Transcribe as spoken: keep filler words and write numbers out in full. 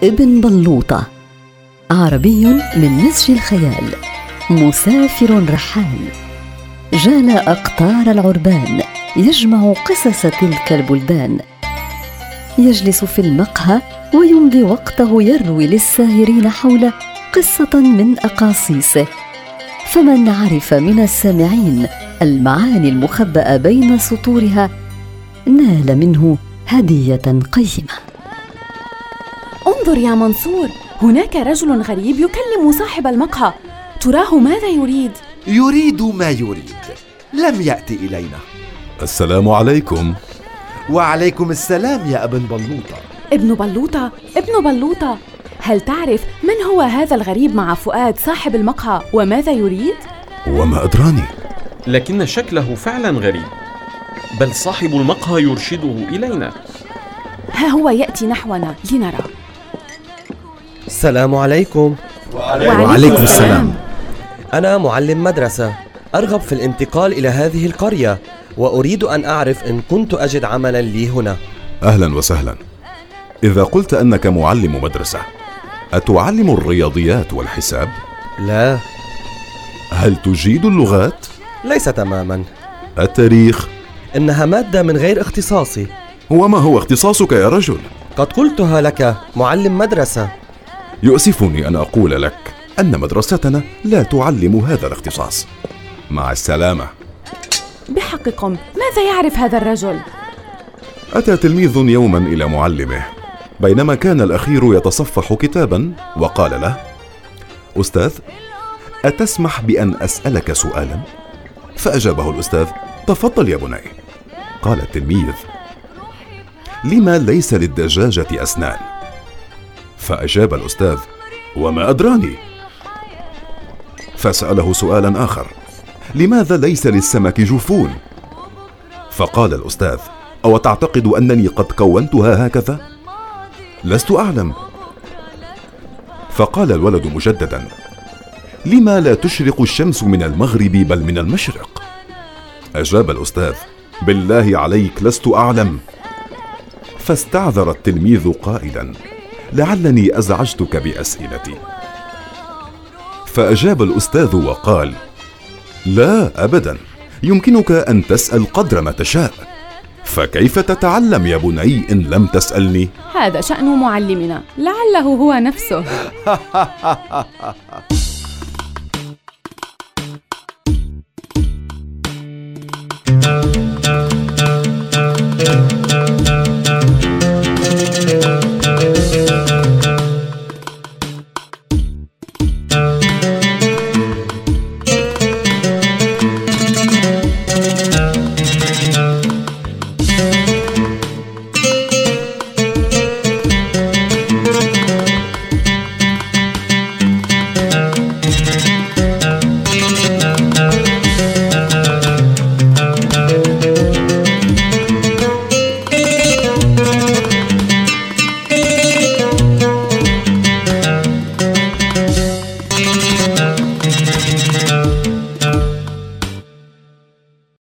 ابن بلوطة، عربي من نسج الخيال، مسافر رحال، جال أقطار العربان يجمع قصص تلك البلدان، يجلس في المقهى ويمضي وقته يروي للساهرين حول قصة من أقاصيصه، فمن عرف من السامعين المعاني المخبأة بين سطورها نال منه هدية قيمة. انظر يا منصور، هناك رجل غريب يكلم صاحب المقهى، تراه ماذا يريد؟ يريد ما يريد، لم يأتي إلينا. السلام عليكم. وعليكم السلام يا ابن بلوطة. ابن بلوطة، ابن بلوطة، هل تعرف من هو هذا الغريب مع فؤاد صاحب المقهى وماذا يريد؟ وما أدراني، لكن شكله فعلا غريب، بل صاحب المقهى يرشده إلينا. ها هو يأتي نحونا لنرى. السلام عليكم. وعليكم, وعليكم السلام. أنا معلم مدرسة، أرغب في الانتقال إلى هذه القرية، وأريد أن أعرف إن كنت أجد عملا لي هنا. أهلا وسهلا. إذا قلت أنك معلم مدرسة، أتعلم الرياضيات والحساب؟ لا. هل تجيد اللغات؟ ليس تماما. التاريخ؟ إنها مادة من غير اختصاصي. وما هو اختصاصك يا رجل؟ قد قلتها لك، معلم مدرسة. يؤسفني أن أقول لك أن مدرستنا لا تعلم هذا الاختصاص. مع السلامة. بحقكم ماذا يعرف هذا الرجل؟ أتى تلميذ يوما إلى معلمه بينما كان الأخير يتصفح كتابا، وقال له: أستاذ، أتسمح بأن أسألك سؤالا؟ فأجابه الأستاذ: تفضل يا بني. قال التلميذ: لما ليس للدجاجة أسنان؟ فأجاب الأستاذ: وما أدراني. فسأله سؤالا آخر: لماذا ليس للسمك جفون؟ فقال الأستاذ: أو تعتقد أنني قد كونتها هكذا؟ لست أعلم. فقال الولد مجددا: لما لا تشرق الشمس من المغرب بل من المشرق؟ أجاب الأستاذ: بالله عليك لست أعلم. فاستعذر التلميذ قائلا: لعلني أزعجتك بأسئلتي. فأجاب الأستاذ وقال: لا أبدا، يمكنك أن تسأل قدر ما تشاء، فكيف تتعلم يا بني إن لم تسألني؟ هذا شأن معلمنا، لعله هو نفسه.